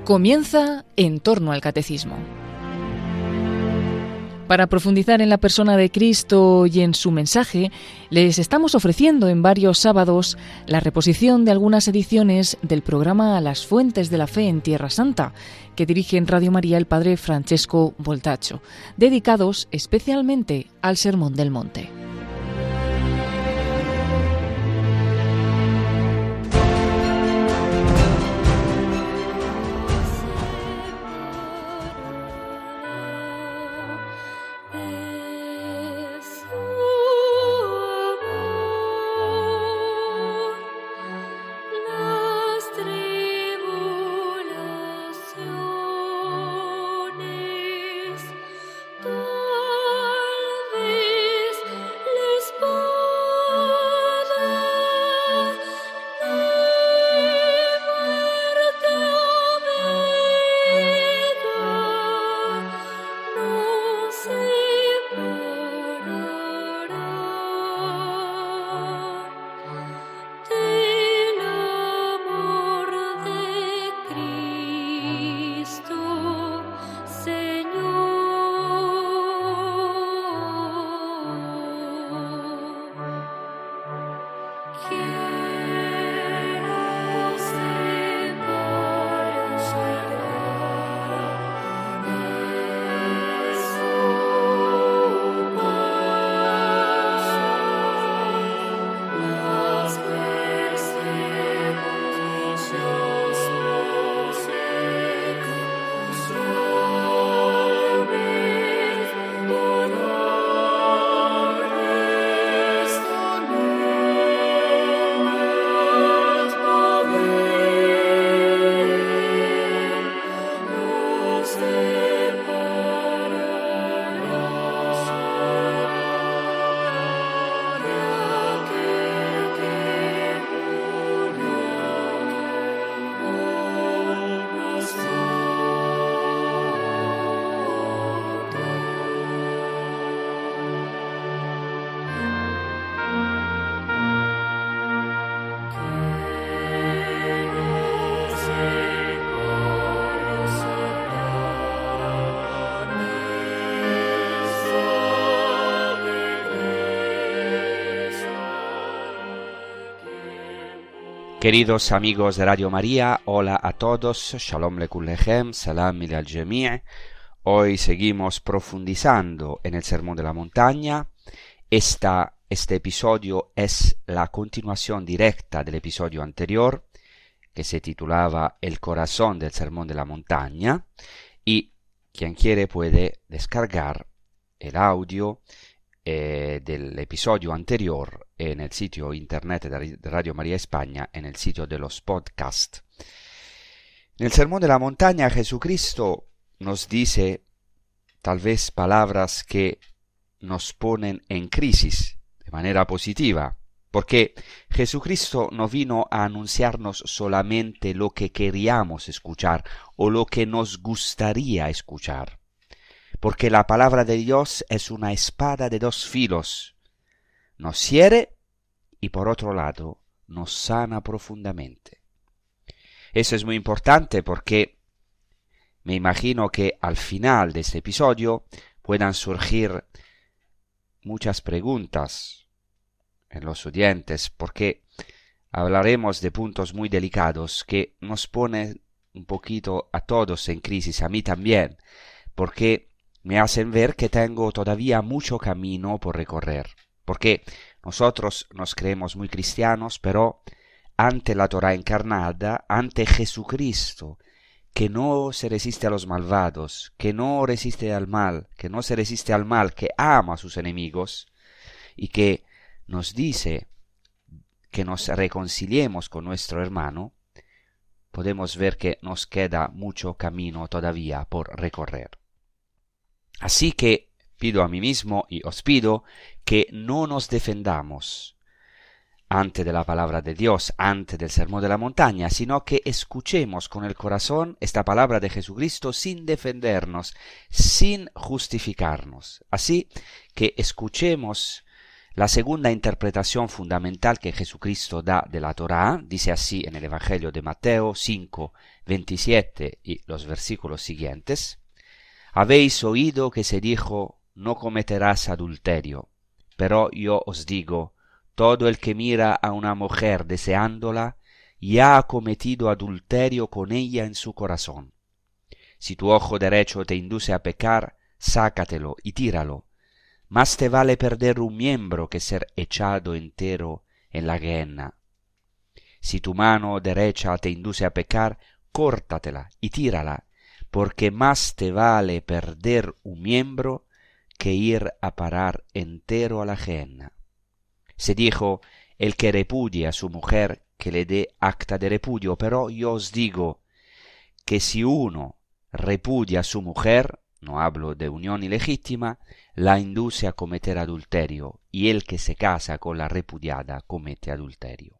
Comienza En torno al Catecismo. Para profundizar en la persona de Cristo y en su mensaje, les estamos ofreciendo en varios sábados la reposición de algunas ediciones del programa Las Fuentes de la Fe en Tierra Santa, que dirige en Radio María el padre Francesco Voltaccio, dedicados especialmente al Sermón del Monte. Queridos amigos de Radio María, hola a todos, Shalom Lekullechem, Salam al Jami'. Hoy seguimos profundizando en el Sermón de la Montaña. Este episodio es la continuación directa del episodio anterior, que se titulaba El corazón del Sermón de la Montaña, y quien quiere puede descargar el audio del episodio anterior en el sitio internet de Radio María España, en el sitio de los podcasts. En el Sermón de la Montaña, Jesucristo nos dice tal vez palabras que nos ponen en crisis de manera positiva, porque Jesucristo no vino a anunciarnos solamente lo que queríamos escuchar o lo que nos gustaría escuchar, porque la palabra de Dios es una espada de dos filos, nos hiere y por otro lado nos sana profundamente. Eso es muy importante porque me imagino que al final de este episodio puedan surgir muchas preguntas en los oyentes, porque hablaremos de puntos muy delicados que nos ponen un poquito a todos en crisis, a mí también, porque me hacen ver que tengo todavía mucho camino por recorrer, porque nosotros nos creemos muy cristianos, pero ante la Torá encarnada, ante Jesucristo, que no se resiste a los malvados, que no resiste al mal, que no se resiste al mal, que ama a sus enemigos, y que nos dice que nos reconciliemos con nuestro hermano, podemos ver que nos queda mucho camino todavía por recorrer. Así que pido a mí mismo y os pido que no nos defendamos ante de la palabra de Dios, ante del Sermón de la Montaña, sino que escuchemos con el corazón esta palabra de Jesucristo sin defendernos, sin justificarnos. Así que escuchemos La segunda interpretación fundamental que Jesucristo da de la Torá dice así en el Evangelio de Mateo 5, 27 y los versículos siguientes: Habéis oído que se dijo, no cometerás adulterio, pero yo os digo, todo el que mira a una mujer deseándola, ya ha cometido adulterio con ella en su corazón. Si tu ojo derecho te induce a pecar, sácatelo y tíralo. Más te vale perder un miembro que ser echado entero en la gehenna. Si tu mano derecha te induce a pecar, córtatela y tírala, porque más te vale perder un miembro que ir a parar entero a la gehenna. Se dijo, el que repudie a su mujer, que le dé acta de repudio, pero yo os digo que si uno repudia a su mujer, no hablo de unión ilegítima, la induce a cometer adulterio, y el que se casa con la repudiada comete adulterio.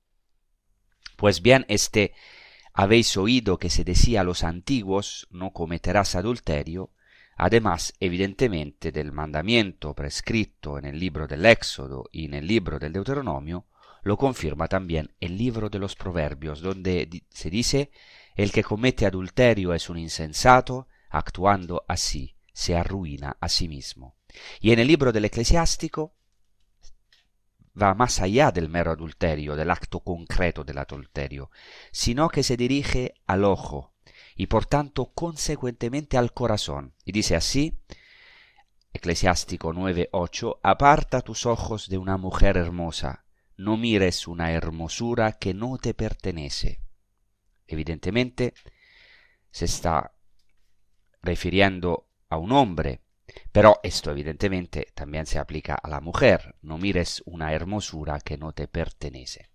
Pues bien, habéis oído que se decía a los antiguos, no cometerás adulterio, además, evidentemente, del mandamiento prescrito en el libro del Éxodo y en el libro del Deuteronomio, lo confirma también el libro de los Proverbios, donde se dice, el que comete adulterio es un insensato, actuando así se arruina a sí mismo. Y en el libro del Eclesiástico va más allá del mero adulterio, del acto concreto del adulterio, sino que se dirige al ojo y por tanto consecuentemente al corazón. Y dice así, Eclesiástico 9:8, aparta tus ojos de una mujer hermosa, no mires una hermosura que no te pertenece. Evidentemente se está refiriendo a un hombre, pero esto evidentemente también se aplica a la mujer. No mires una hermosura que no te pertenece.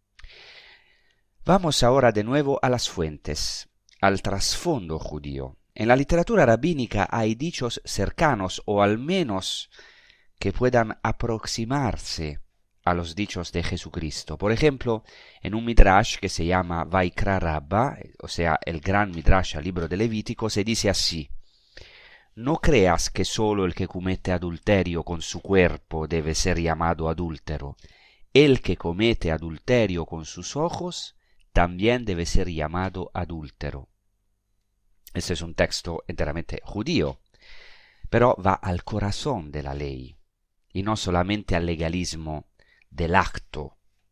Vamos ahora de nuevo a las fuentes, al trasfondo judío. En la literatura rabínica hay dichos cercanos o al menos que puedan aproximarse a los dichos de Jesucristo. Por ejemplo, en un midrash que se llama Vaikra Rabba, o sea, el gran midrash al libro de Levítico, se dice así: no creas que solo el que comete adulterio con su cuerpo debe ser llamado adúltero. El que comete adulterio con sus ojos también debe ser llamado adúltero. Este es un texto enteramente judío, pero va al corazón de la ley y no solamente al legalismo del acto.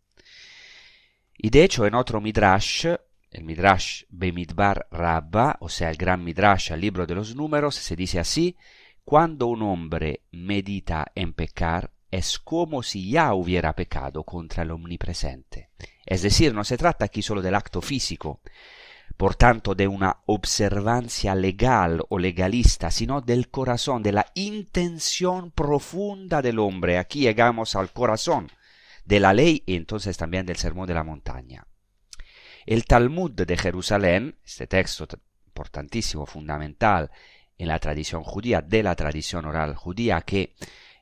Y de hecho en otro midrash, el midrash Bemidbar Rabba, o sea el gran midrash al libro de los números, se dice así: cuando un hombre medita en pecar, es como si ya hubiera pecado contra el omnipresente. Es decir, no se trata aquí solo del acto físico, por tanto de una observancia legal o legalista, sino del corazón, de la intención profunda del hombre. Aquí llegamos al corazón de la ley y entonces también del Sermón de la Montaña. El Talmud de Jerusalén, este texto importantísimo, fundamental en la tradición judía, de la tradición oral judía, que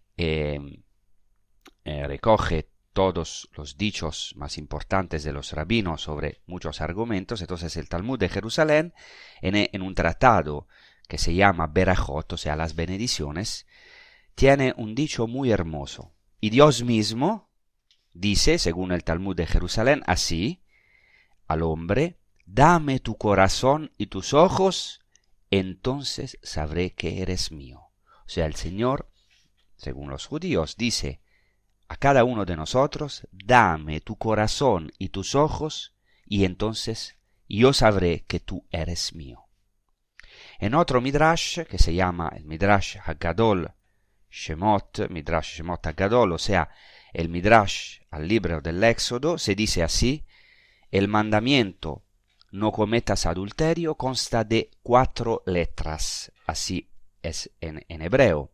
recoge todos los dichos más importantes de los rabinos sobre muchos argumentos. Entonces el Talmud de Jerusalén, en un tratado que se llama Berajot, o sea, las bendiciones, tiene un dicho muy hermoso. Y Dios mismo dice, según el Talmud de Jerusalén, así al hombre: dame tu corazón y tus ojos, entonces sabré que eres mío. O sea, el Señor, según los judíos, dice a cada uno de nosotros: dame tu corazón y tus ojos, y entonces yo sabré que tú eres mío. En otro midrash, que se llama el Midrash Haggadol Shemot, Midrash Shemot Haggadol, o sea, el midrash al libro del Éxodo, se dice así: el mandamiento no cometas adulterio consta de 4 letras, así es en hebreo.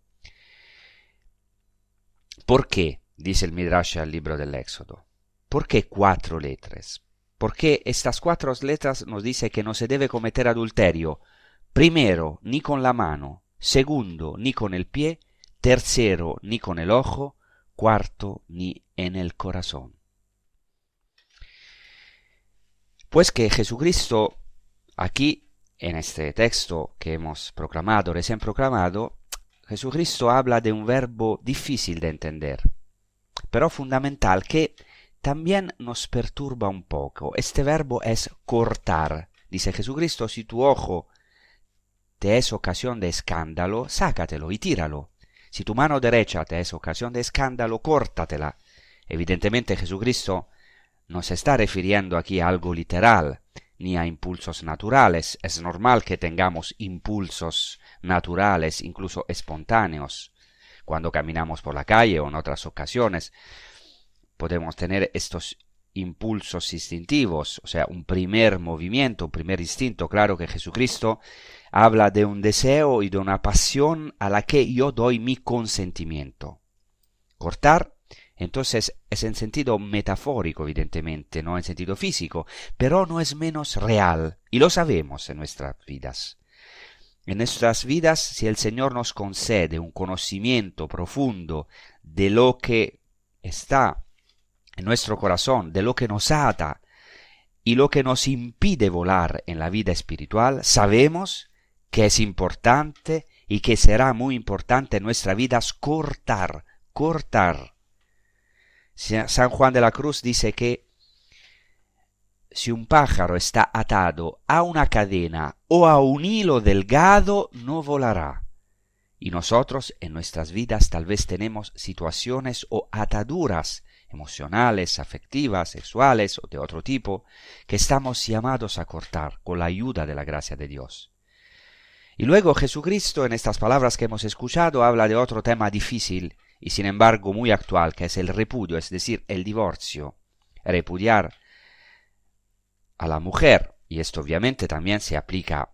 ¿Por qué? Dice el midrash al libro del Éxodo. ¿Por qué 4 letras? Porque estas 4 letras nos dice que no se debe cometer adulterio. Primero, ni con la mano; segundo, ni con el pie; tercero, ni con el ojo; cuarto, ni en el corazón. Pues que Jesucristo, aquí, en este texto que hemos proclamado, recién proclamado, Jesucristo habla de un verbo difícil de entender. pero fundamental, que también nos perturba un poco. Este verbo es cortar. Dice Jesucristo: si tu ojo te es ocasión de escándalo, sácatelo y tíralo. Si tu mano derecha te es ocasión de escándalo, córtatela. Evidentemente Jesucristo no se está refiriendo aquí a algo literal, ni a impulsos naturales. Es normal que tengamos impulsos naturales, incluso espontáneos. Cuando caminamos por la calle o en otras ocasiones, podemos tener estos impulsos instintivos, o sea, un primer movimiento, un primer instinto. Claro que Jesucristo habla de un deseo y de una pasión a la que yo doy mi consentimiento. Cortar, entonces, es en sentido metafórico, evidentemente, no en sentido físico, pero no es menos real, y lo sabemos en nuestras vidas. En nuestras vidas, si el Señor nos concede un conocimiento profundo de lo que está en nuestro corazón, de lo que nos ata y lo que nos impide volar en la vida espiritual, sabemos que es importante y que será muy importante en nuestra vida cortar. San Juan de la Cruz dice que si un pájaro está atado a una cadena o a un hilo delgado, no volará. Y nosotros en nuestras vidas tal vez tenemos situaciones o ataduras emocionales, afectivas, sexuales o de otro tipo, que estamos llamados a cortar con la ayuda de la gracia de Dios. Y luego Jesucristo, en estas palabras que hemos escuchado, habla de otro tema difícil y sin embargo muy actual, que es el repudio, es decir, el divorcio. Repudiar a la mujer, y esto obviamente también se aplica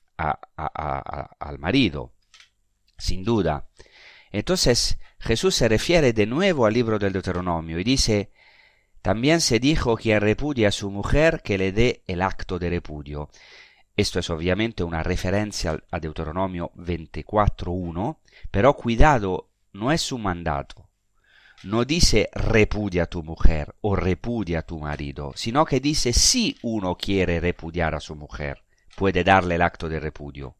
al marido, sin duda. Entonces Jesús se refiere de nuevo al libro del Deuteronomio y dice: también se dijo: quien repudia a su mujer, que le dé el acto de repudio. Esto es obviamente una referencia a Deuteronomio 24:1, pero cuidado, no es un mandato. No dice repudia a tu mujer o repudia a tu marido, sino que dice si uno quiere repudiar a su mujer, puede darle el acto de repudio.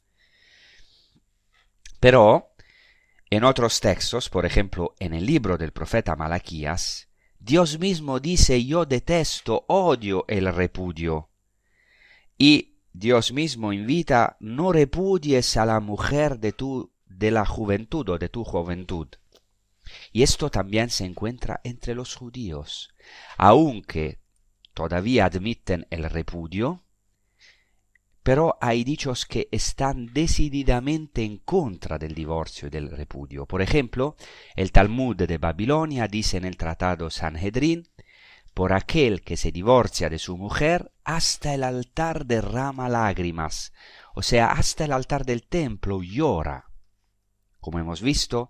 Pero en otros textos, por ejemplo en el libro del profeta Malaquías, Dios mismo dice: yo detesto, odio el repudio. Y Dios mismo invita: no repudies a la mujer de la juventud o de tu juventud. Y esto también se encuentra entre los judíos, aunque todavía admiten el repudio, pero hay dichos que están decididamente en contra del divorcio y del repudio. Por ejemplo, el Talmud de Babilonia dice en el tratado Sanhedrin: por aquel que se divorcia de su mujer, hasta el altar derrama lágrimas, o sea, hasta el altar del templo llora. Como hemos visto,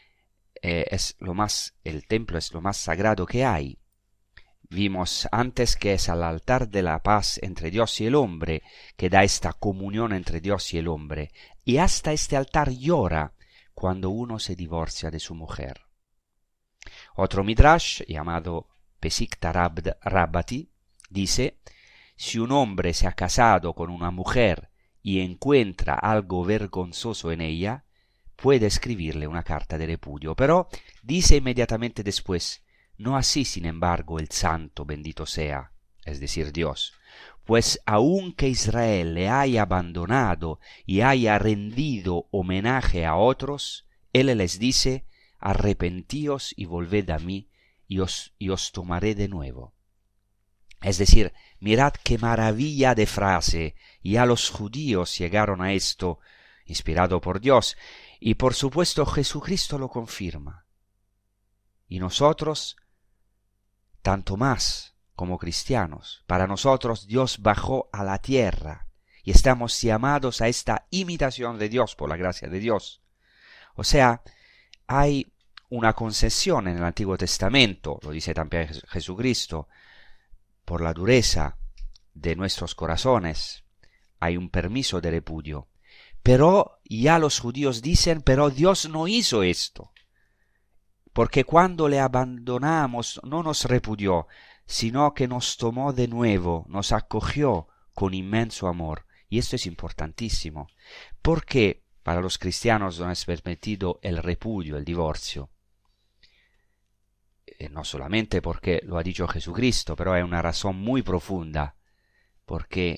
el templo es lo más sagrado que hay. Vimos antes que es al altar de la paz entre Dios y el hombre que da esta comunión entre Dios y el hombre, y hasta este altar llora cuando uno se divorcia de su mujer. Otro midrash llamado Pesikta Rabbati dice: si un hombre se ha casado con una mujer y encuentra algo vergonzoso en ella, puede escribirle una carta de repudio, pero dice inmediatamente después: no así, sin embargo, el santo bendito sea, es decir, Dios, pues aunque Israel le haya abandonado y haya rendido homenaje a otros, él les dice: arrepentíos y volved a mí, y os tomaré de nuevo. Es decir, mirad qué maravilla de frase, y a los judíos llegaron a esto, inspirado por Dios, y por supuesto Jesucristo lo confirma. Y nosotros, tanto más como cristianos, para nosotros Dios bajó a la tierra y estamos llamados a esta imitación de Dios por la gracia de Dios. O sea, hay una concesión en el Antiguo Testamento, lo dice también Jesucristo, por la dureza de nuestros corazones, hay un permiso de repudio. Pero ya los judíos dicen: pero Dios no hizo esto, porque cuando le abandonamos no nos repudió, sino que nos tomó de nuevo, nos acogió con inmenso amor. Y esto es importantísimo, porque para los cristianos no es permitido el repudio, el divorcio. no solamente porque lo ha dicho Jesucristo, pero hay una razón muy profunda, porque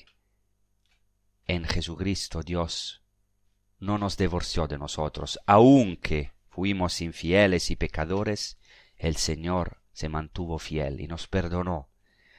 en Jesucristo Dios no nos divorció de nosotros, aunque fuimos infieles y pecadores, el Señor se mantuvo fiel y nos perdonó.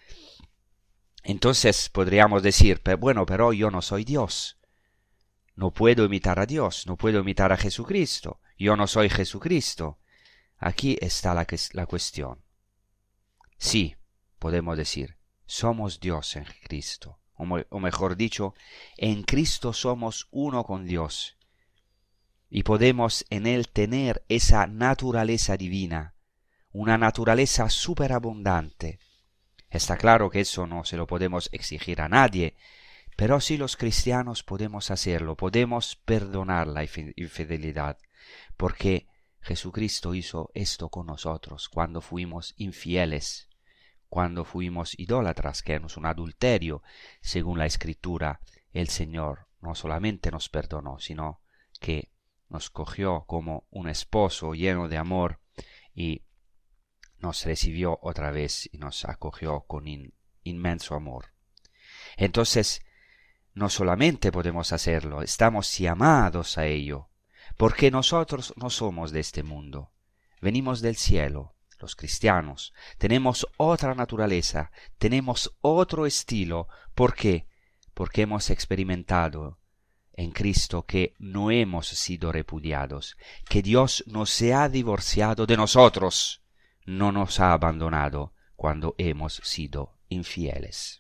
Entonces podríamos decir, bueno, pero yo no soy Dios, no puedo imitar a Dios, no puedo imitar a Jesucristo, yo no soy Jesucristo. Aquí está la cuestión. Sí, podemos decir, somos Dios en Cristo, o mejor dicho, en Cristo somos uno con Dios, y podemos en Él tener esa naturaleza divina, una naturaleza superabundante. Está claro que eso no se lo podemos exigir a nadie, pero sí los cristianos podemos hacerlo, podemos perdonar la infidelidad, porque Jesucristo hizo esto con nosotros cuando fuimos infieles, cuando fuimos idólatras, que es un adulterio. Según la Escritura, el Señor no solamente nos perdonó, sino que nos cogió como un esposo lleno de amor y nos recibió otra vez y nos acogió con inmenso amor. Entonces, no solamente podemos hacerlo, estamos llamados a ello, porque nosotros no somos de este mundo, venimos del cielo. Los cristianos tenemos otra naturaleza, tenemos otro estilo. ¿Por qué? Porque hemos experimentado en Cristo que no hemos sido repudiados, que Dios no se ha divorciado de nosotros, no nos ha abandonado cuando hemos sido infieles.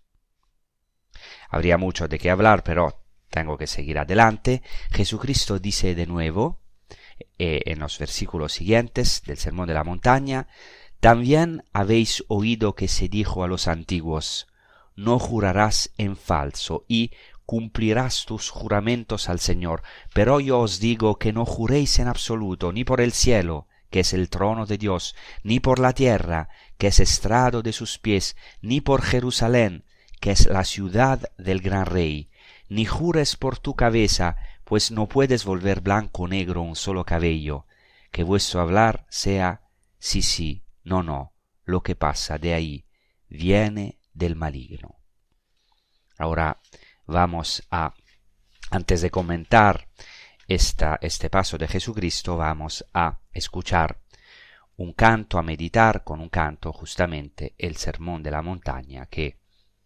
Habría mucho de qué hablar, pero tengo que seguir adelante. Jesucristo dice de nuevo, en los versículos siguientes del Sermón de la Montaña, también habéis oído que se dijo a los antiguos, no jurarás en falso y cumplirás tus juramentos al Señor, pero yo os digo que no juréis en absoluto, ni por el cielo, que es el trono de Dios, ni por la tierra, que es estrado de sus pies, ni por Jerusalén, que es la ciudad del gran rey, ni jures por tu cabeza, pues no puedes volver blanco o negro un solo cabello, que vuestro hablar sea sí, sí, no, no, lo que pasa de ahí viene del maligno. Ahora vamos a, antes de comentar este paso de Jesucristo, vamos a escuchar un canto, a meditar con un canto justamente el Sermón de la Montaña, que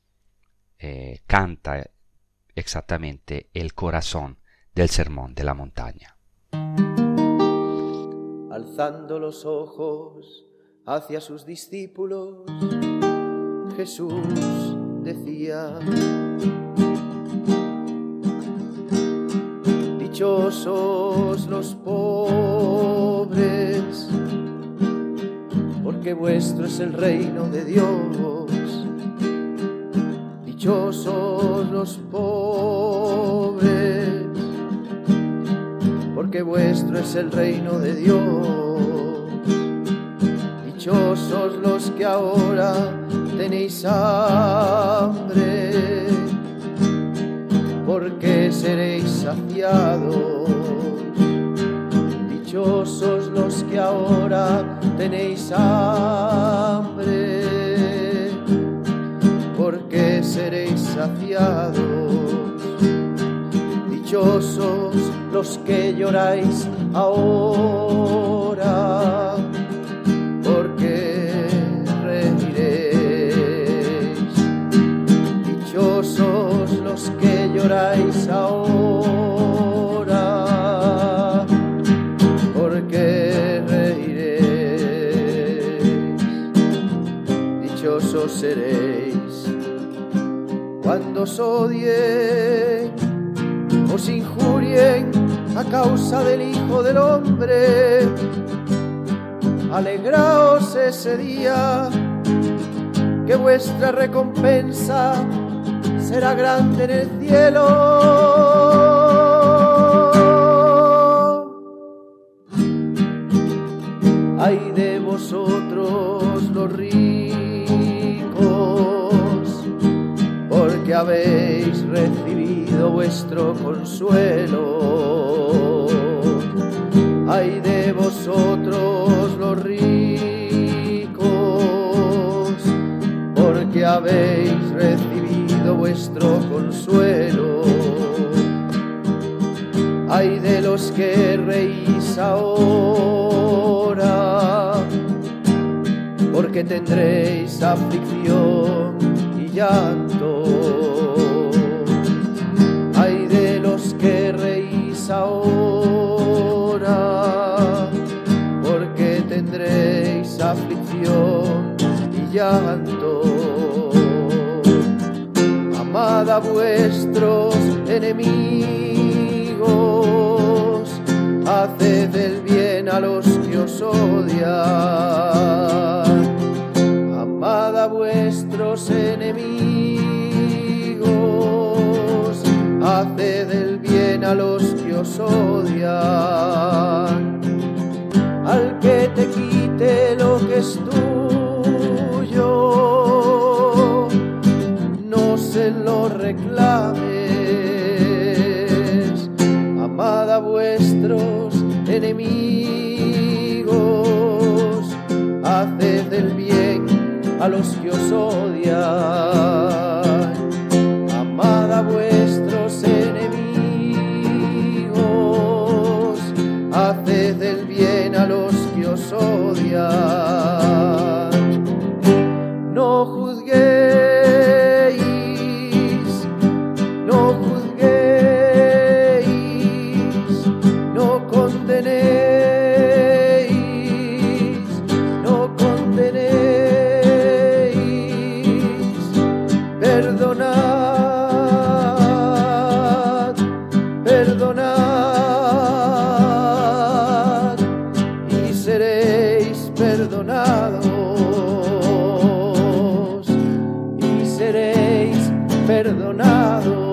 canta exactamente el corazón del Sermón de la Montaña. Alzando los ojos hacia sus discípulos, Jesús decía: dichosos los pobres, porque vuestro es el reino de Dios. Dichosos los pobres, porque vuestro es el reino de Dios. Dichosos los que ahora tenéis hambre, porque seréis saciados. Dichosos los que ahora tenéis hambre, porque seréis saciados. Dichosos los que lloráis ahora, porque reiréis. Dichosos los que lloráis ahora, porque reiréis. Dichosos seréis cuando os odien, os injurien a causa del Hijo del Hombre. Alegraos ese día, que vuestra recompensa será grande en el cielo. Ay de vosotros los ricos, porque habéis recibido vuestro consuelo. Ay de vosotros los ricos, habéis recibido vuestro consuelo. Ay de los que reís ahora, porque tendréis aflicción y llanto. Ay de los que reís ahora, porque tendréis aflicción y llanto. Amad a vuestros enemigos, haced el bien a los que os odian. Amad a vuestros enemigos, haced el bien a los que os odian. Al que te quite lo que es tuyo, no se lo reclames. Amad a vuestros enemigos, haced el bien a los que os odian. Amad a vuestros enemigos, haced el bien a los que os odian. No juzguéis, no juzguéis, no condenéis, no condenéis, perdonad, perdonad, y seréis perdonados, y seréis perdonados.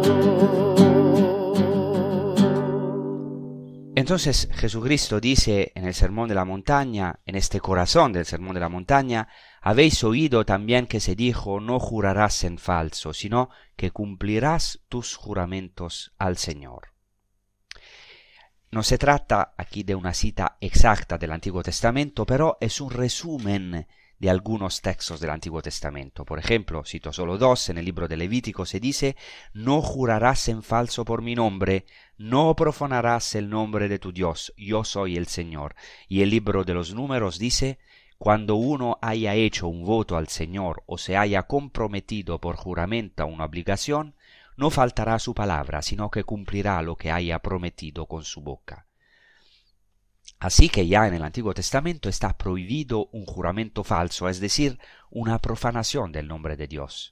Entonces Jesucristo dice en el Sermón de la Montaña, en este corazón del Sermón de la Montaña: habéis oído también que se dijo, no jurarás en falso, sino que cumplirás tus juramentos al Señor. No se trata aquí de una cita exacta del Antiguo Testamento, pero es un resumen de algunos textos del Antiguo Testamento. Por ejemplo, cito solo dos: en el libro de Levítico se dice: no jurarás en falso por mi nombre, no profanarás el nombre de tu Dios, yo soy el Señor. Y el libro de los Números dice: cuando uno haya hecho un voto al Señor o se haya comprometido por juramento a una obligación, no faltará a su palabra, sino que cumplirá lo que haya prometido con su boca. Así que ya en el Antiguo Testamento está prohibido un juramento falso, es decir, una profanación del nombre de Dios.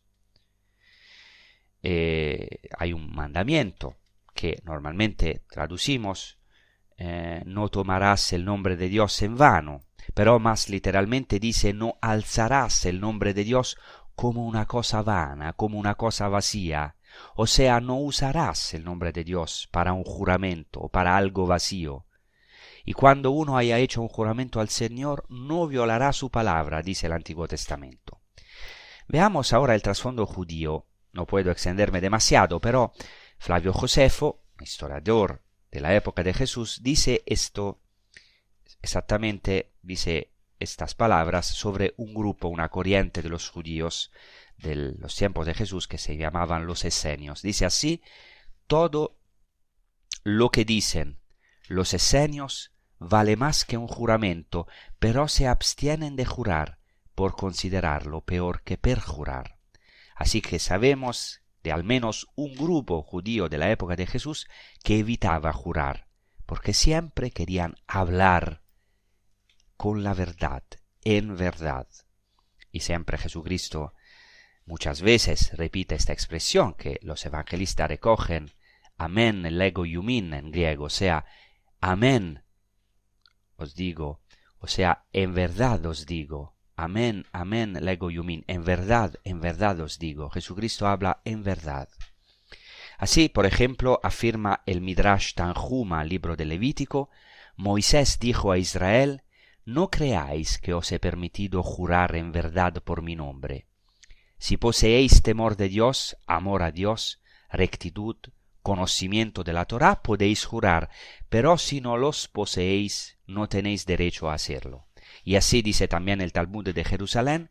Hay un mandamiento que normalmente traducimos: no tomarás el nombre de Dios en vano, pero más literalmente dice: no alzarás el nombre de Dios como una cosa vana, como una cosa vacía. O sea, no usarás el nombre de Dios para un juramento o para algo vacío. Y cuando uno haya hecho un juramento al Señor, no violará su palabra, dice el Antiguo Testamento. Veamos ahora el trasfondo judío. No puedo extenderme demasiado, pero Flavio Josefo, historiador de la época de Jesús, dice esto, exactamente dice estas palabras sobre un grupo, una corriente de los judíos de los tiempos de Jesús que se llamaban los esenios. Dice así: todo lo que dicen los esenios vale más que un juramento, pero se abstienen de jurar por considerarlo peor que perjurar. Así que sabemos de al menos un grupo judío de la época de Jesús que evitaba jurar, porque siempre querían hablar con la verdad, en verdad. Y siempre Jesucristo muchas veces repite esta expresión que los evangelistas recogen: amén lego iumin en griego, o sea, amén os digo, o sea, en verdad os digo. Amén, amén lego iumin, en verdad os digo. Jesucristo habla en verdad. Así, por ejemplo, afirma el Midrash Tanjuma, libro de Levítico: Moisés dijo a Israel: no creáis que os he permitido jurar en verdad por mi nombre. Si poseéis temor de Dios, amor a Dios, rectitud, conocimiento de la Torá, podéis jurar, pero si no los poseéis, no tenéis derecho a hacerlo. Y así dice también el Talmud de Jerusalén: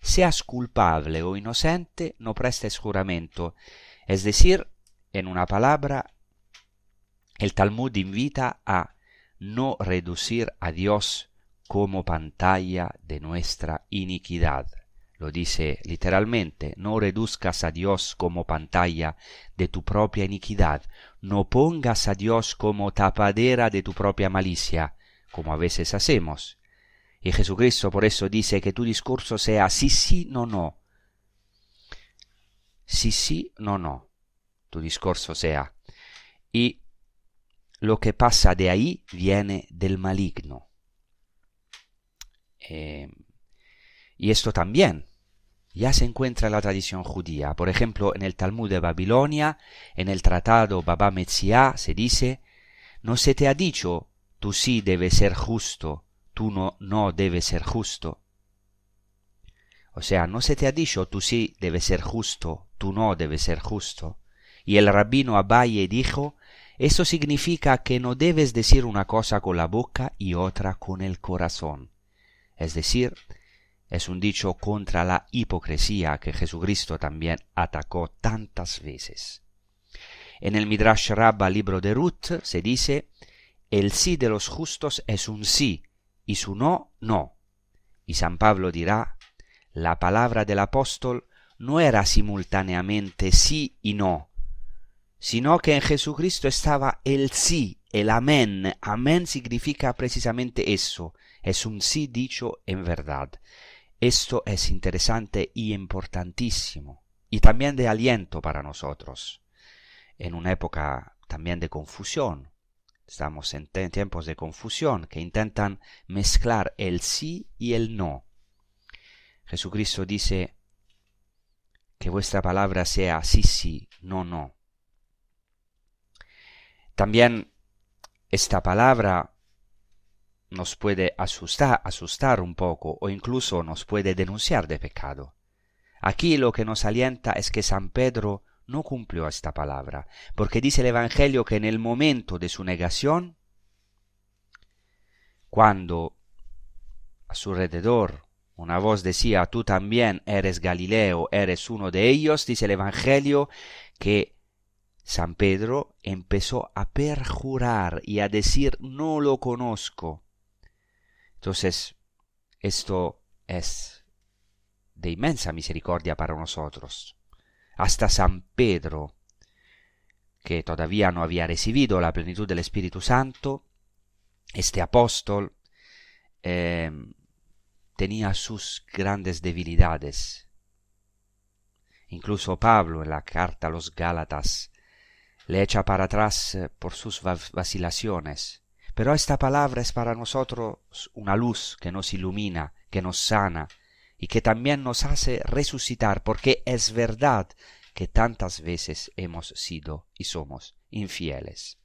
seas culpable o inocente, no prestes juramento. Es decir, en una palabra, el Talmud invita a no reducir a Dios como pantalla de nuestra iniquidad. Lo dice literalmente, no reduzcas a Dios como pantalla de tu propia iniquidad, no pongas a Dios como tapadera de tu propia malicia, como a veces hacemos. Y Jesucristo por eso dice que tu discurso sea sí, sí, no, no. Sí, sí, no, no. Tu discurso sea. Y lo que pasa de ahí viene del maligno. Y esto también ya se encuentra en la tradición judía. Por ejemplo, en el Talmud de Babilonia, en el tratado Baba Metzia, se dice: no se te ha dicho, tú sí debes ser justo, tú no debes ser justo. O sea, no se te ha dicho, tú sí debes ser justo, tú no debes ser justo. Y el rabino Abaye dijo: eso significa que no debes decir una cosa con la boca y otra con el corazón. Es decir, es un dicho contra la hipocresía que Jesucristo también atacó tantas veces. En el Midrash Rabbah, libro de Ruth, se dice: el sí de los justos es un sí, y su no, no. Y San Pablo dirá: la palabra del apóstol no era simultáneamente sí y no, sino que en Jesucristo estaba el sí, el amén. Amén significa precisamente eso, es un sí dicho en verdad. Esto es interesante y importantísimo, y también de aliento para nosotros, en una época también de confusión. Estamos en tiempos de confusión que intentan mezclar el sí y el no. Jesucristo dice que vuestra palabra sea sí, sí, no, no. También esta palabra nos puede asustar un poco o incluso nos puede denunciar de pecado. Aquí lo que nos alienta es que San Pedro no cumplió esta palabra, porque dice el Evangelio que en el momento de su negación, cuando a su alrededor una voz decía: tú también eres Galileo, eres uno de ellos, dice el Evangelio que San Pedro empezó a perjurar y a decir: no lo conozco. Entonces, esto es de inmensa misericordia para nosotros. Hasta San Pedro, que todavía no había recibido la plenitud del Espíritu Santo, este apóstol tenía sus grandes debilidades. Incluso Pablo, en la carta a los Gálatas, le echa para atrás por sus vacilaciones. Pero esta palabra es para nosotros una luz que nos ilumina, que nos sana y que también nos hace resucitar, porque es verdad que tantas veces hemos sido y somos infieles.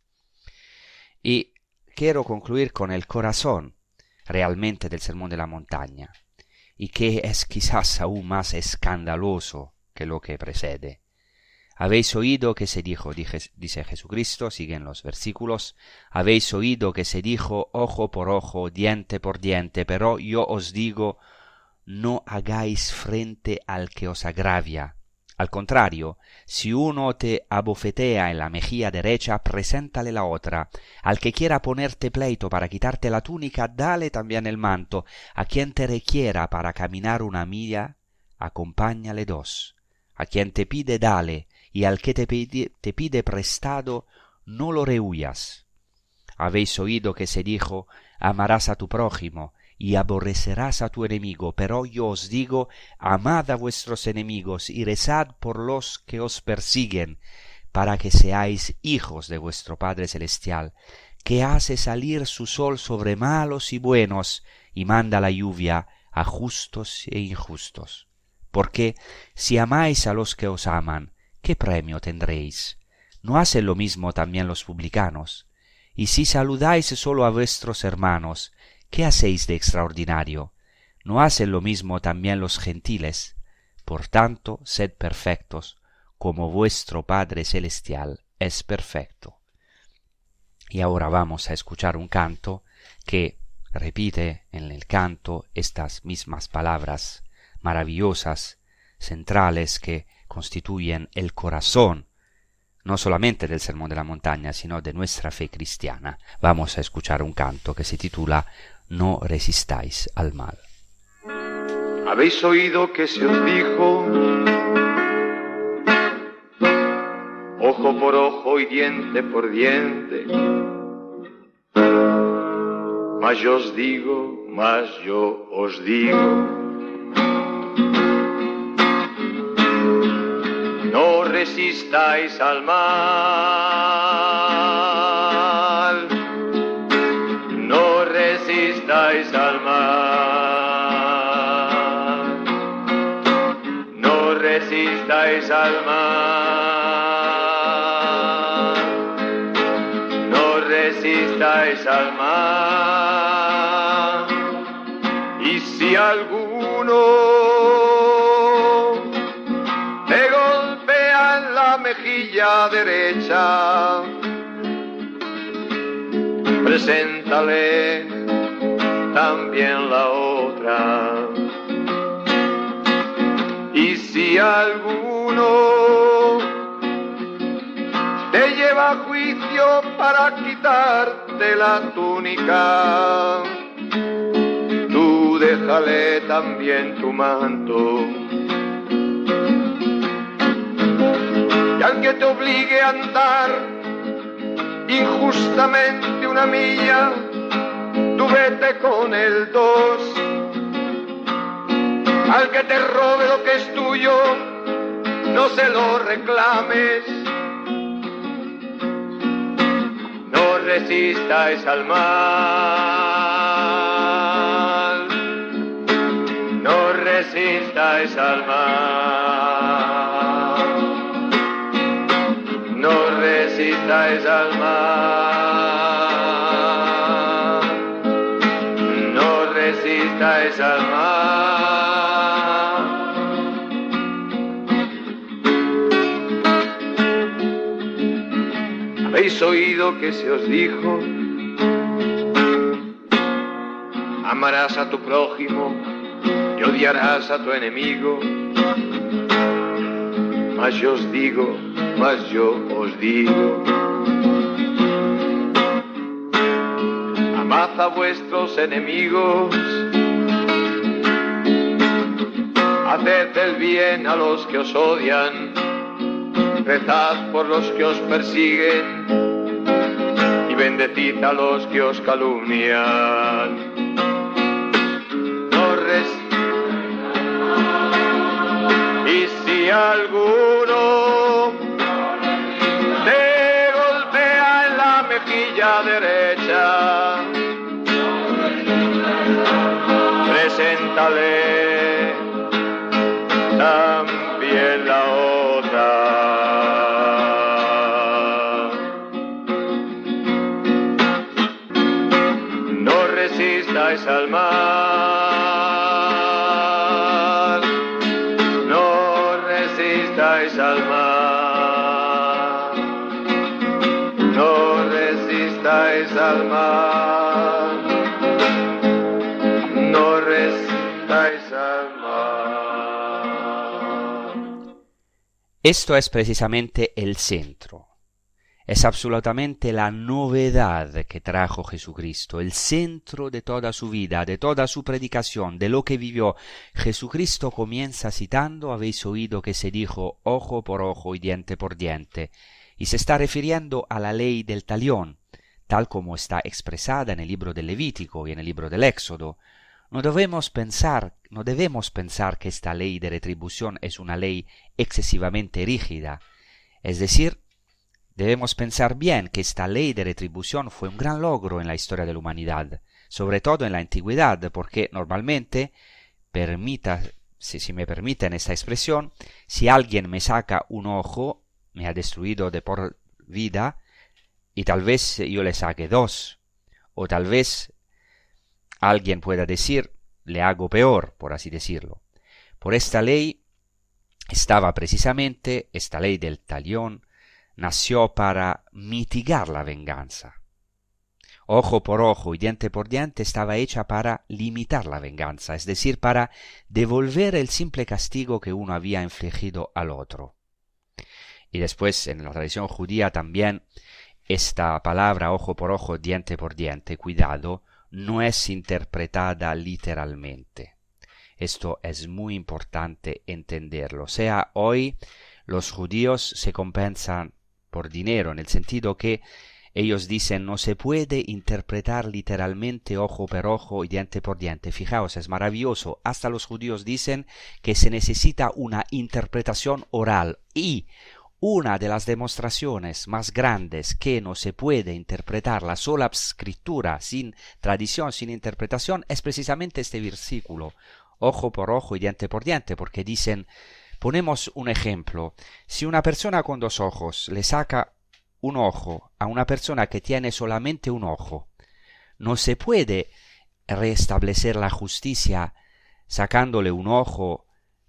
Y quiero concluir con el corazón realmente del Sermón de la Montaña, y que es quizás aún más escandaloso que lo que precede. Habéis oído que se dijo, dice Jesucristo, siguen los versículos, habéis oído que se dijo ojo por ojo, diente por diente, pero yo os digo, no hagáis frente al que os agravia. Al contrario, si uno te abofetea en la mejilla derecha, preséntale la otra. Al que quiera ponerte pleito para quitarte la túnica, dale también el manto. A quien te requiera para caminar una milla, acompáñale 2. A quien te pide, dale, y al que te pide prestado, no lo rehuyas. Habéis oído que se dijo, amarás a tu prójimo, y aborrecerás a tu enemigo, pero yo os digo, amad a vuestros enemigos, y rezad por los que os persiguen, para que seáis hijos de vuestro Padre Celestial, que hace salir su sol sobre malos y buenos, y manda la lluvia a justos e injustos. Porque si amáis a los que os aman, ¿qué premio tendréis? ¿No hacen lo mismo también los publicanos? Y si saludáis solo a vuestros hermanos, ¿qué hacéis de extraordinario? ¿No hacen lo mismo también los gentiles? Por tanto, sed perfectos, como vuestro Padre Celestial es perfecto. Y ahora vamos a escuchar un canto que repite en el canto estas mismas palabras maravillosas, centrales, que constituyen el corazón, no solamente del Sermón de la Montaña, sino de nuestra fe cristiana. Vamos a escuchar un canto que se titula No resistáis al mal. Habéis oído que se os dijo, ojo por ojo y diente por diente. Mas yo os digo, no resistáis al mal, no resistáis al mal, no resistáis al mal, no resistáis al mal. Y si alguno te golpea en la mejilla derecha, preséntale también la otra. Y si alguno te lleva a juicio para quitarte la túnica, tú déjale también tu manto. Y al que te obligue a andar injustamente una milla, tú vete con el 2. Al que te robe lo que es tuyo, no se lo reclames. No resistáis al mal, no resistáis al mal, no resistáis al mal, no resistáis al mal. Habéis oído que se os dijo, amarás a tu prójimo y odiarás a tu enemigo. Mas yo os digo, amad a vuestros enemigos, haced el bien a los que os odian, rezad por los que os persiguen y bendecid a los que os calumnian. Y si alguno te golpea en la mejilla derecha, preséntale también la otra. No resistáis al mal, no resistáis al mal, no resistáis al mal, no resistáis al mal. Esto es precisamente el centro. Es absolutamente la novedad que trajo Jesucristo, el centro de toda su vida, de toda su predicación, de lo que vivió. Jesucristo comienza citando, habéis oído que se dijo ojo por ojo y diente por diente, y se está refiriendo a la ley del talión, tal como está expresada en el libro del Levítico y en el libro del Éxodo. No debemos pensar que esta ley de retribución es una ley excesivamente rígida, es decir, debemos pensar bien que esta ley de retribución fue un gran logro en la historia de la humanidad, sobre todo en la antigüedad, porque normalmente, si me permiten esta expresión, si alguien me saca un ojo, me ha destruido de por vida, y tal vez yo le saque 2, o tal vez alguien pueda decir, le hago peor, por así decirlo. Por esta ley estaba precisamente, esta ley del talión, nació para mitigar la venganza. ojo por ojo y diente por diente estaba hecha para limitar la venganza, es decir, para devolver el simple castigo que uno había infligido al otro. Y después en la tradición judía también esta palabra ojo por ojo, diente por diente, cuidado, no es interpretada literalmente. Esto es muy importante entenderlo. O sea, hoy los judíos se compensan por dinero, en el sentido que ellos dicen no se puede interpretar literalmente ojo por ojo y diente por diente. Fijaos, es maravilloso. Hasta los judíos dicen que se necesita una interpretación oral, y una de las demostraciones más grandes que no se puede interpretar la sola escritura sin tradición, sin interpretación, es precisamente este versículo, ojo por ojo y diente por diente, porque dicen, ponemos un ejemplo, si una persona con dos ojos le saca un ojo a una persona que tiene solamente un ojo, no se puede restablecer la justicia sacándole un ojo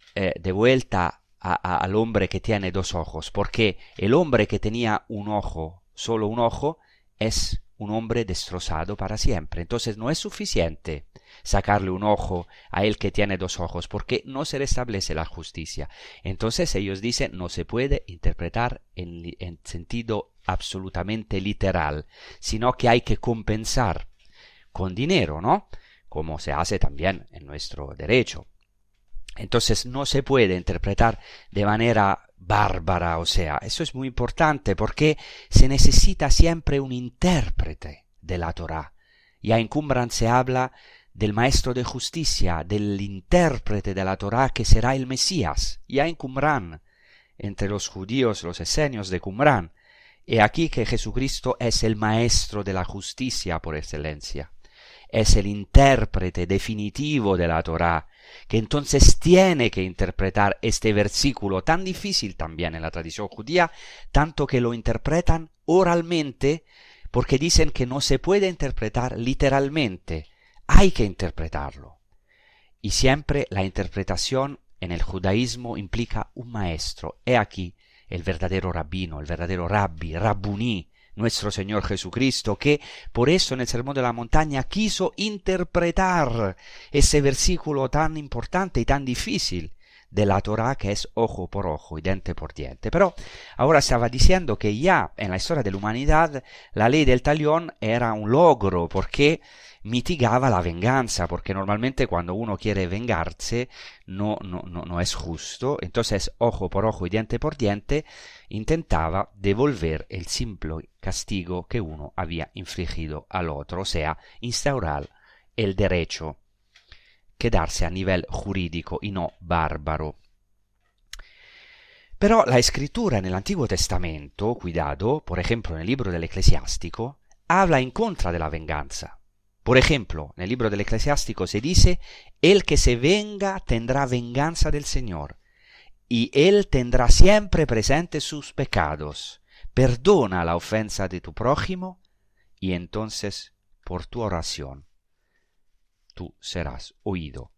de vuelta al hombre que tiene dos ojos, porque el hombre que tenía un ojo, solo un ojo, es un hombre destrozado para siempre. Entonces no es suficiente sacarle un ojo a él que tiene dos ojos, porque no se restablece la justicia. Entonces ellos dicen no se puede interpretar en sentido absolutamente literal, sino que hay que compensar con dinero, ¿no? Como se hace también en nuestro derecho. Entonces no se puede interpretar de manera bárbara, o sea, eso es muy importante porque se necesita siempre un intérprete de la Torá. Ya en Qumran se habla del maestro de justicia, del intérprete de la Torá que será el Mesías. Ya en Qumran, entre los judíos, los esenios de Qumran, he aquí que Jesucristo es el maestro de la justicia por excelencia. Es el intérprete definitivo de la Torá, que entonces tiene que interpretar este versículo tan difícil también en la tradición judía, tanto que lo interpretan oralmente, porque dicen que no se puede interpretar literalmente, hay que interpretarlo. Y siempre la interpretación en el judaísmo implica un maestro. He aquí el verdadero rabino, el verdadero rabbi, rabbuní, nuestro Señor Jesucristo, que por eso en el Sermón de la Montaña quiso interpretar ese versículo tan importante y tan difícil de la Torá, que es ojo por ojo y diente por diente. Pero ahora estaba diciendo que ya en la historia de la humanidad la ley del talión era un logro, porque mitigaba la venganza, porque normalmente cuando uno quiere vengarse no es justo. Entonces ojo por ojo y diente por diente intentaba devolver el simple castigo que uno había infligido al otro, o sea, instaurar el derecho, quedarse a nivel jurídico y no bárbaro. Pero la escritura en el Antiguo Testamento, cuidado, por ejemplo en el libro del Eclesiástico, habla en contra de la venganza. Por ejemplo, en el libro del Eclesiástico se dice, el que se venga tendrá venganza del Señor, y él tendrá siempre presente sus pecados. Perdona la ofensa de tu prójimo, y entonces por tu oración tú serás oído.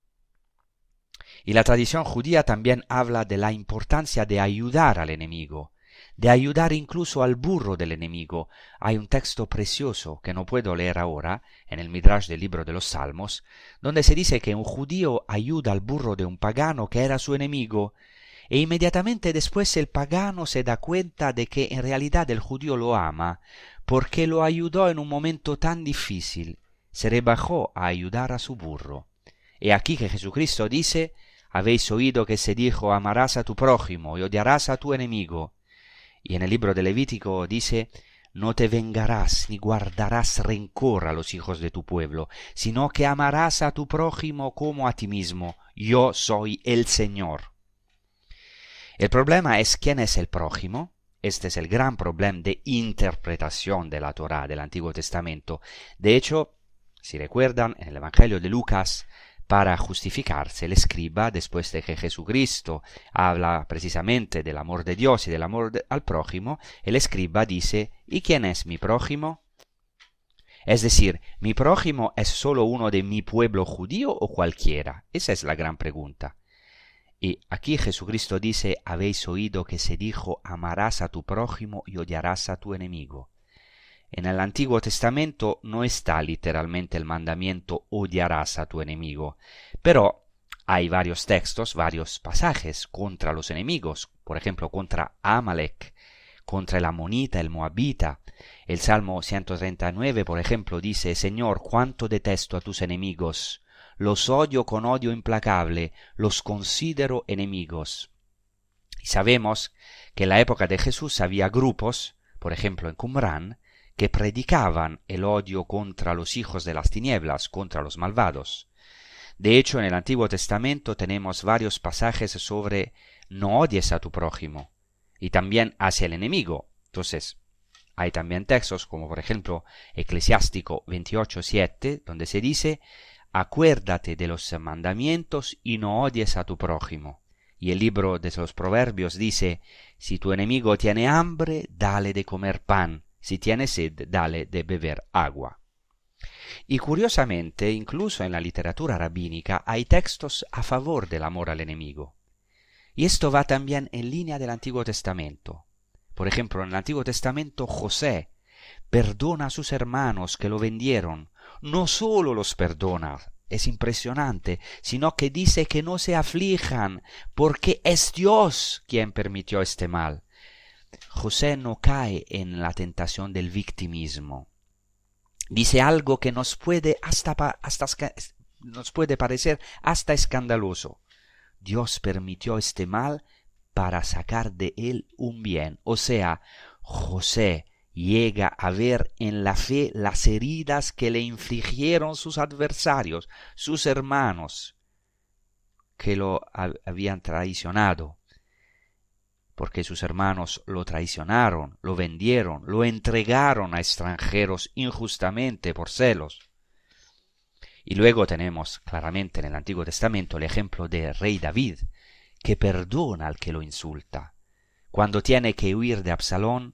Y la tradición judía también habla de la importancia de ayudar al enemigo, de ayudar incluso al burro del enemigo. Hay un texto precioso que no puedo leer ahora, en el Midrash del libro de los Salmos, donde se dice que un judío ayuda al burro de un pagano que era su enemigo, e inmediatamente después el pagano se da cuenta de que en realidad el judío lo ama, porque lo ayudó en un momento tan difícil, se rebajó a ayudar a su burro. He aquí que Jesucristo dice, habéis oído que se dijo, amarás a tu prójimo y odiarás a tu enemigo. Y en el libro de Levítico dice, no te vengarás ni guardarás rencor a los hijos de tu pueblo, sino que amarás a tu prójimo como a ti mismo. Yo soy el Señor. El problema es quién es el prójimo. Este es el gran problema de interpretación de la Torá del Antiguo Testamento. De hecho, si recuerdan, en el Evangelio de Lucas, para justificarse, el escriba, después de que Jesucristo habla precisamente del amor de Dios y del amor al prójimo, el escriba dice, ¿y quién es mi prójimo? Es decir, ¿mi prójimo es solo uno de mi pueblo judío o cualquiera? Esa es la gran pregunta. Y aquí Jesucristo dice, habéis oído que se dijo, amarás a tu prójimo y odiarás a tu enemigo. En el Antiguo Testamento no está literalmente el mandamiento odiarás a tu enemigo, pero hay varios textos, varios pasajes contra los enemigos, por ejemplo contra Amalek, contra el amonita, el moabita. El Salmo 139, por ejemplo, dice: Señor, cuánto detesto a tus enemigos, los odio con odio implacable, los considero enemigos. Y sabemos que en la época de Jesús había grupos, por ejemplo en Qumran, que predicaban el odio contra los hijos de las tinieblas, contra los malvados. De hecho, en el Antiguo Testamento tenemos varios pasajes sobre no odies a tu prójimo, y también hacia el enemigo. Entonces, hay también textos como por ejemplo Eclesiástico 28:7, donde se dice: acuérdate de los mandamientos y no odies a tu prójimo. Y el libro de los Proverbios dice: si tu enemigo tiene hambre, dale de comer pan, si tiene sed, dale de beber agua. Y curiosamente, incluso en la literatura rabínica hay textos a favor del amor al enemigo. Y esto va también en línea del Antiguo Testamento. Por ejemplo, en el Antiguo Testamento José perdona a sus hermanos que lo vendieron. No solo los perdona, es impresionante, sino que dice que no se aflijan, porque es Dios quien permitió este mal. José no cae en la tentación del victimismo. Dice algo que nos puede parecer hasta escandaloso. Dios permitió este mal para sacar de él un bien. O sea, José llega a ver en la fe las heridas que le infligieron sus adversarios, sus hermanos, que lo habían traicionado, porque sus hermanos lo traicionaron, lo vendieron, lo entregaron a extranjeros injustamente por celos. Y luego tenemos claramente en el Antiguo Testamento el ejemplo de rey David, que perdona al que lo insulta. Cuando tiene que huir de Absalón,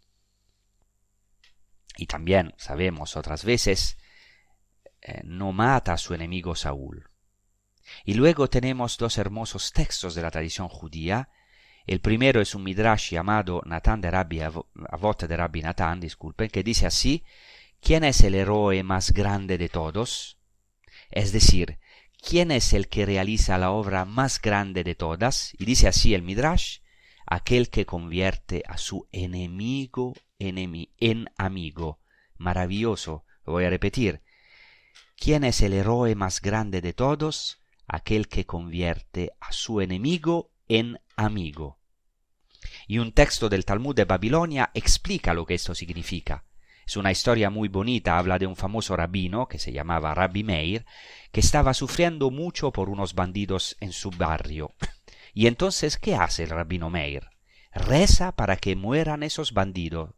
y también sabemos otras veces, no mata a su enemigo Saúl. Y luego tenemos dos hermosos textos de la tradición judía. El primero es un midrash llamado Natán de Rabbi Avot de Rabbi Natán, disculpen, que dice así: ¿quién es el héroe más grande de todos? Es decir, ¿quién es el que realiza la obra más grande de todas? Y dice así el midrash: aquel que convierte a su enemigo en amigo. Maravilloso, lo voy a repetir. ¿Quién es el héroe más grande de todos? Aquel que convierte a su enemigo en amigo. Y un texto del Talmud de Babilonia explica lo que esto significa. Es una historia muy bonita, habla de un famoso rabino que se llamaba Rabbi Meir, que estaba sufriendo mucho por unos bandidos en su barrio. Y entonces, ¿qué hace el rabino Meir? Reza para que mueran esos bandidos.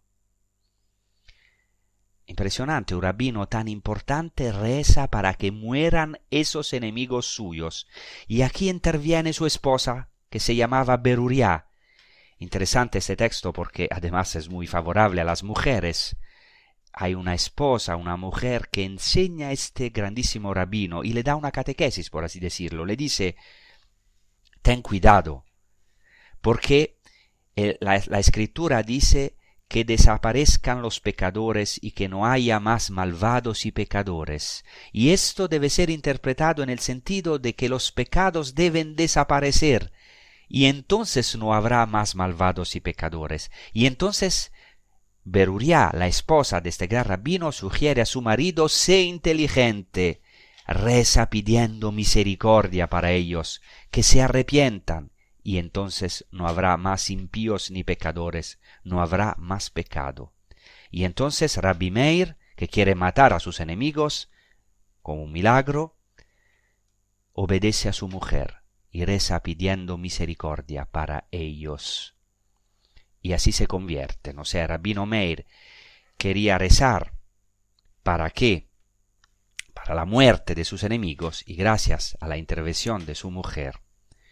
Impresionante, un rabino tan importante reza para que mueran esos enemigos suyos. Y aquí interviene su esposa, que se llamaba Beruriá. Interesante este texto porque además es muy favorable a las mujeres. Hay una esposa, una mujer que enseña a este grandísimo rabino y le da una catequesis, por así decirlo. Le dice: ten cuidado, porque la Escritura dice que desaparezcan los pecadores y que no haya más malvados y pecadores. Y esto debe ser interpretado en el sentido de que los pecados deben desaparecer, y entonces no habrá más malvados y pecadores. Y entonces Beruriá, la esposa de este gran rabino, sugiere a su marido: sé inteligente, reza pidiendo misericordia para ellos, que se arrepientan, y entonces no habrá más impíos ni pecadores, no habrá más pecado. Y entonces Rabbi Meir, que quiere matar a sus enemigos, como un milagro, obedece a su mujer y reza pidiendo misericordia para ellos. Y así se convierten. O sea, Rabino Meir quería rezar para qué, para la muerte de sus enemigos, y gracias a la intervención de su mujer,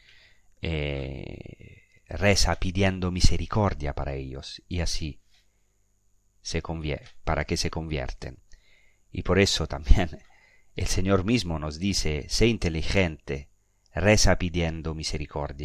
reza pidiendo misericordia para ellos, y así para que se convierten. Y por eso también el Señor mismo nos dice: sé inteligente, reza pidiendo misericordia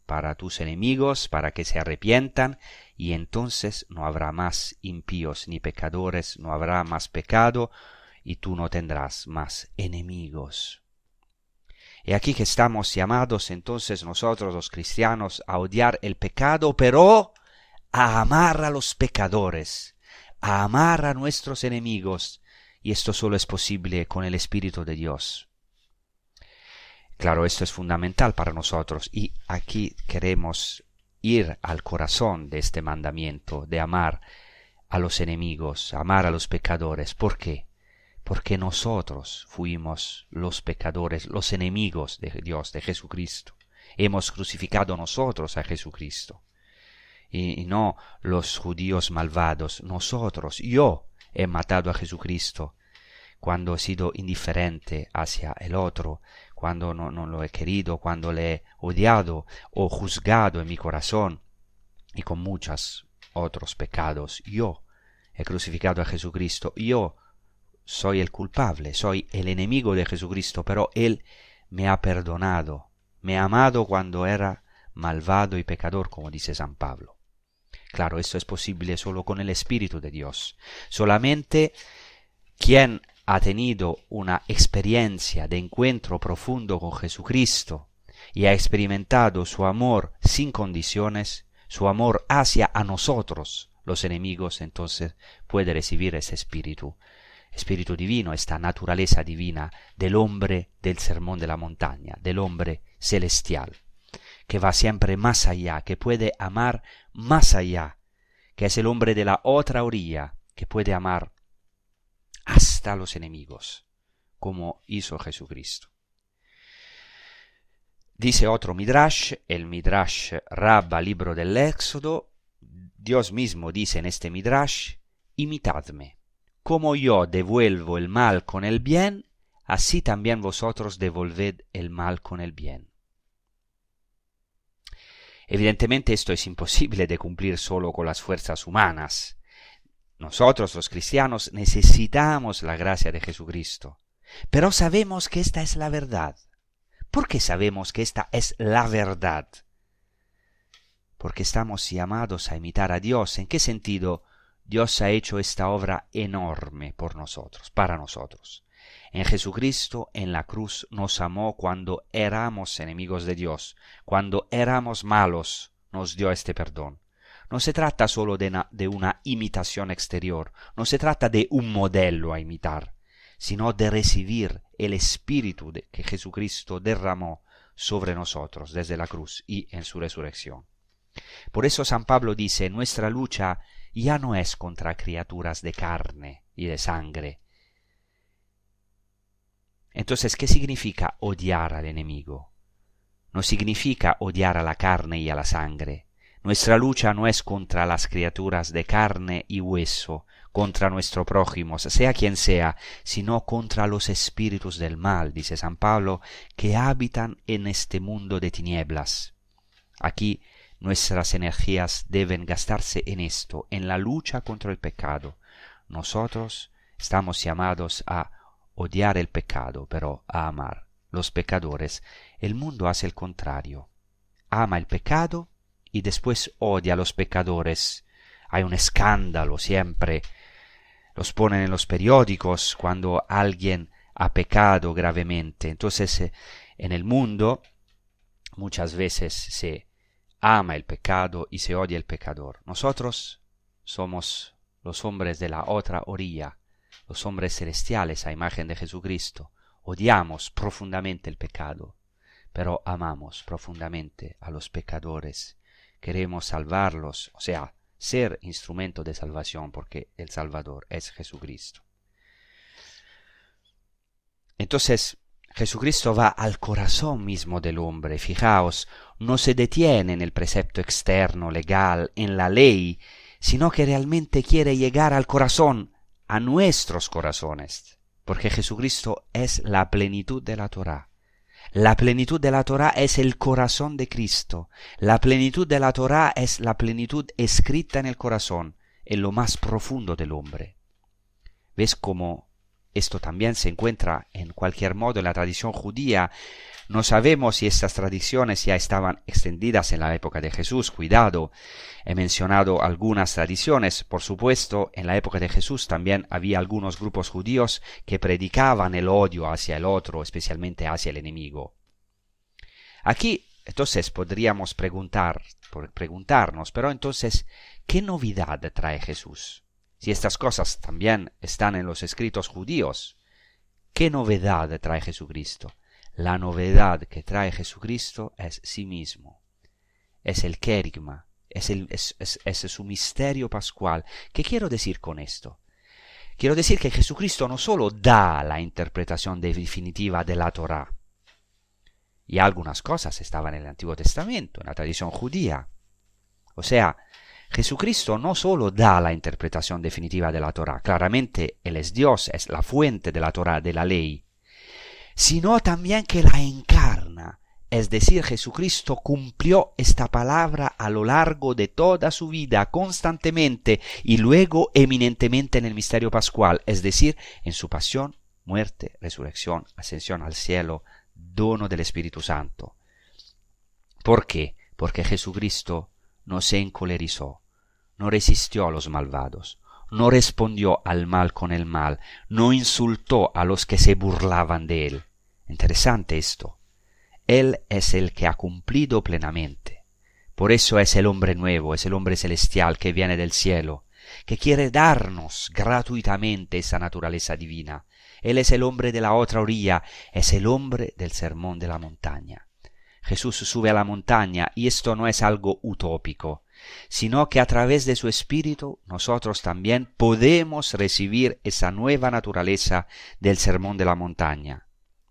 para tus enemigos, para que se arrepientan, y entonces no habrá más impíos ni pecadores, no habrá más pecado, y tú no tendrás más enemigos. Y aquí que estamos llamados entonces nosotros los cristianos a odiar el pecado, pero a amar a los pecadores, a amar a nuestros enemigos, y esto solo es posible con el Espíritu de Dios. Claro, esto es fundamental para nosotros, y aquí queremos ir al corazón de este mandamiento, de amar a los enemigos, amar a los pecadores. ¿Por qué? Porque nosotros fuimos los pecadores, los enemigos de Dios, de Jesucristo. Hemos crucificado nosotros a Jesucristo. Y no los judíos malvados, nosotros, yo he matado a Jesucristo cuando he sido indiferente hacia el otro, cuando no lo he querido, cuando le he odiado o juzgado en mi corazón, y con muchos otros pecados. Yo he crucificado a Jesucristo, yo soy el culpable, soy el enemigo de Jesucristo, pero Él me ha perdonado, me ha amado cuando era malvado y pecador, como dice San Pablo. Claro, esto es posible solo con el Espíritu de Dios. Solamente quien ha tenido una experiencia de encuentro profundo con Jesucristo y ha experimentado su amor sin condiciones, su amor hacia a nosotros, los enemigos, entonces puede recibir ese espíritu divino, esta naturaleza divina del hombre del Sermón de la Montaña, del hombre celestial, que va siempre más allá, que puede amar más allá, que es el hombre de la otra orilla, que puede amar hasta los enemigos, como hizo Jesucristo. Dice otro Midrash, el Midrash Rabba, libro del Éxodo, Dios mismo dice en este Midrash: imitadme, como yo devuelvo el mal con el bien, así también vosotros devolved el mal con el bien. Evidentemente esto es imposible de cumplir solo con las fuerzas humanas. Nosotros los cristianos necesitamos la gracia de Jesucristo, pero sabemos que esta es la verdad. ¿Por qué sabemos que esta es la verdad? Porque estamos llamados a imitar a Dios. ¿En qué sentido? Dios ha hecho esta obra enorme por nosotros, para nosotros. En Jesucristo, en la cruz, nos amó cuando éramos enemigos de Dios, cuando éramos malos, nos dio este perdón. No se trata solo de una imitación exterior, no se trata de un modelo a imitar, sino de recibir el Espíritu que Jesucristo derramó sobre nosotros desde la cruz y en su resurrección. Por eso San Pablo dice: nuestra lucha ya no es contra criaturas de carne y de sangre. Entonces, ¿qué significa odiar al enemigo? No significa odiar a la carne y a la sangre. Nuestra lucha no es contra las criaturas de carne y hueso, contra nuestro prójimo, sea quien sea, sino contra los espíritus del mal, dice San Pablo, que habitan en este mundo de tinieblas. Aquí nuestras energías deben gastarse en esto, en la lucha contra el pecado. Nosotros estamos llamados a odiar el pecado, pero a amar los pecadores. El mundo hace el contrario. Ama el pecado y después odia a los pecadores. Hay un escándalo siempre. Los ponen en los periódicos cuando alguien ha pecado gravemente. Entonces, en el mundo muchas veces se ama el pecado y se odia el pecador. Nosotros somos los hombres de la otra orilla, los hombres celestiales a imagen de Jesucristo. Odiamos profundamente el pecado, pero amamos profundamente a los pecadores. Queremos salvarlos, o sea, ser instrumento de salvación, porque el Salvador es Jesucristo. Entonces, Jesucristo va al corazón mismo del hombre. Fijaos, no se detiene en el precepto externo, legal, en la ley, sino que realmente quiere llegar al corazón, a nuestros corazones, porque Jesucristo es la plenitud de la Torá. La plenitud de la Torá es el corazón de Cristo. La plenitud de la Torá es la plenitud escrita en el corazón, en lo más profundo del hombre. ¿Ves cómo esto también se encuentra en cualquier modo en la tradición judía? No sabemos si estas tradiciones ya estaban extendidas en la época de Jesús. Cuidado, he mencionado algunas tradiciones. Por supuesto, en la época de Jesús también había algunos grupos judíos que predicaban el odio hacia el otro, especialmente hacia el enemigo. Aquí, entonces, podríamos preguntarnos, pero entonces, ¿qué novedad trae Jesús? Si estas cosas también están en los escritos judíos, ¿qué novedad trae Jesucristo? La novedad que trae Jesucristo es sí mismo, es el querigma, es su misterio pascual. ¿Qué quiero decir con esto? Quiero decir que Jesucristo no solo da la interpretación definitiva de la Torá, y algunas cosas estaban en el Antiguo Testamento, en la tradición judía. O sea, Jesucristo no solo da la interpretación definitiva de la Torá, claramente Él es Dios, es la fuente de la Torá, de la ley, sino también que la encarna, es decir, Jesucristo cumplió esta palabra a lo largo de toda su vida, constantemente, y luego eminentemente en el misterio pascual, es decir, en su pasión, muerte, resurrección, ascensión al cielo, dono del Espíritu Santo. ¿Por qué? Porque Jesucristo no se encolerizó, no resistió a los malvados, no respondió al mal con el mal, no insultó a los que se burlaban de él. Interesante esto. Él es el que ha cumplido plenamente. Por eso es el hombre nuevo, es el hombre celestial que viene del cielo, que quiere darnos gratuitamente esa naturaleza divina. Él es el hombre de la otra orilla, es el hombre del sermón de la montaña. Jesús sube a la montaña y esto no es algo utópico, sino que a través de su Espíritu nosotros también podemos recibir esa nueva naturaleza del sermón de la montaña.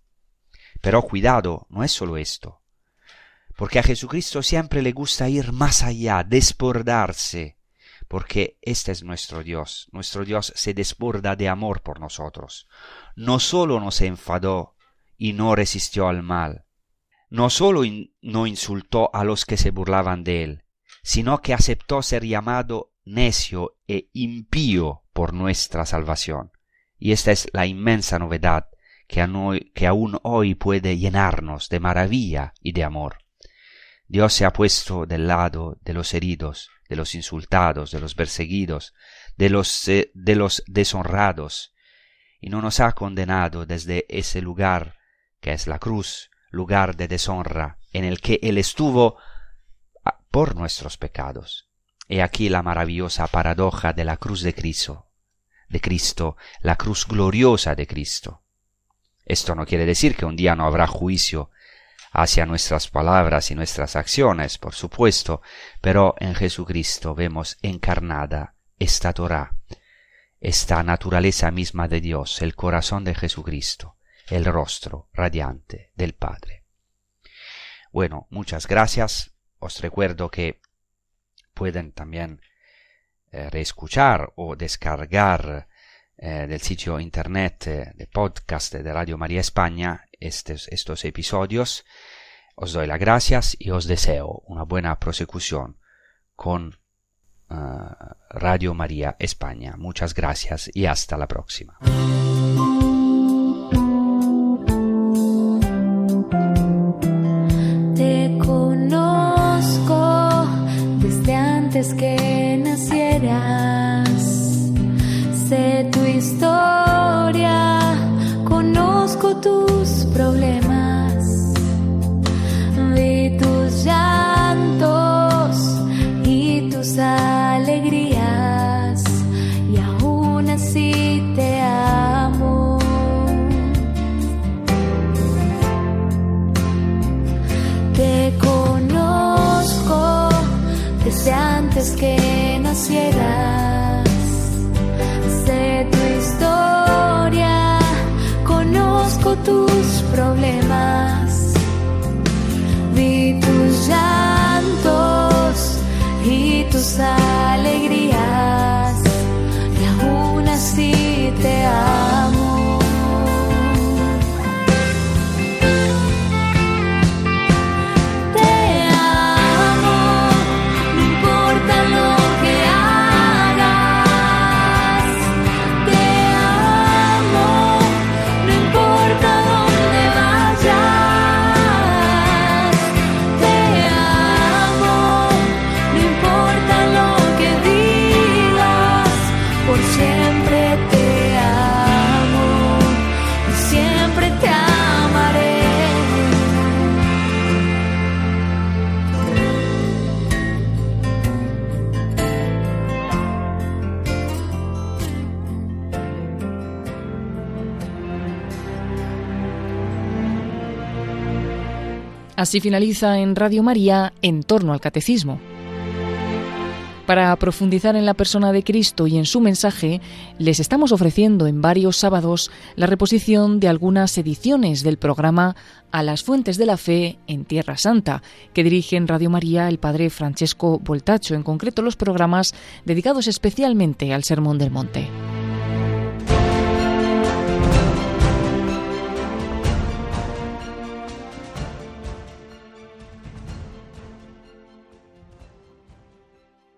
Pero cuidado, no es solo esto, porque a Jesucristo siempre le gusta ir más allá, desbordarse, porque este es nuestro Dios se desborda de amor por nosotros. No solo nos enfadó y no resistió al mal, no solo no insultó a los que se burlaban de él, sino que aceptó ser llamado necio e impío por nuestra salvación. Y esta es la inmensa novedad que aún hoy puede llenarnos de maravilla y de amor. Dios se ha puesto del lado de los heridos, de los insultados, de los perseguidos, de los deshonrados, y no nos ha condenado desde ese lugar que es la cruz, lugar de deshonra, en el que Él estuvo por nuestros pecados. He aquí la maravillosa paradoja de la cruz de Cristo, la cruz gloriosa de Cristo. Esto no quiere decir que un día no habrá juicio hacia nuestras palabras y nuestras acciones, por supuesto, pero en Jesucristo vemos encarnada esta Torá, esta naturaleza misma de Dios, el corazón de Jesucristo, el rostro radiante del Padre. Bueno, muchas gracias. Os recuerdo que pueden también reescuchar o descargar del sitio internet de podcast de Radio María España estos episodios. Os doy las gracias y os deseo una buena prosecución con Radio María España. Muchas gracias y hasta la próxima. Te conozco desde antes que nacieras. Sé tu historia, conozco tus problemas, vi tus llantos y tus alegrías, y aún así te amo. Te conozco desde antes que nacieras. Sé tu historia, conozco tus problemas, vi tus llantos y tus alegrías, y aún así te amo. Te amo, no importa lo que hagas. Te amo, no importa dónde vayas. Así finaliza en Radio María En torno al Catecismo. Para profundizar en la persona de Cristo y en su mensaje, les estamos ofreciendo en varios sábados la reposición de algunas ediciones del programa A las Fuentes de la Fe en Tierra Santa, que dirige en Radio María el padre Francesco Voltaccio, en concreto los programas dedicados especialmente al Sermón del Monte.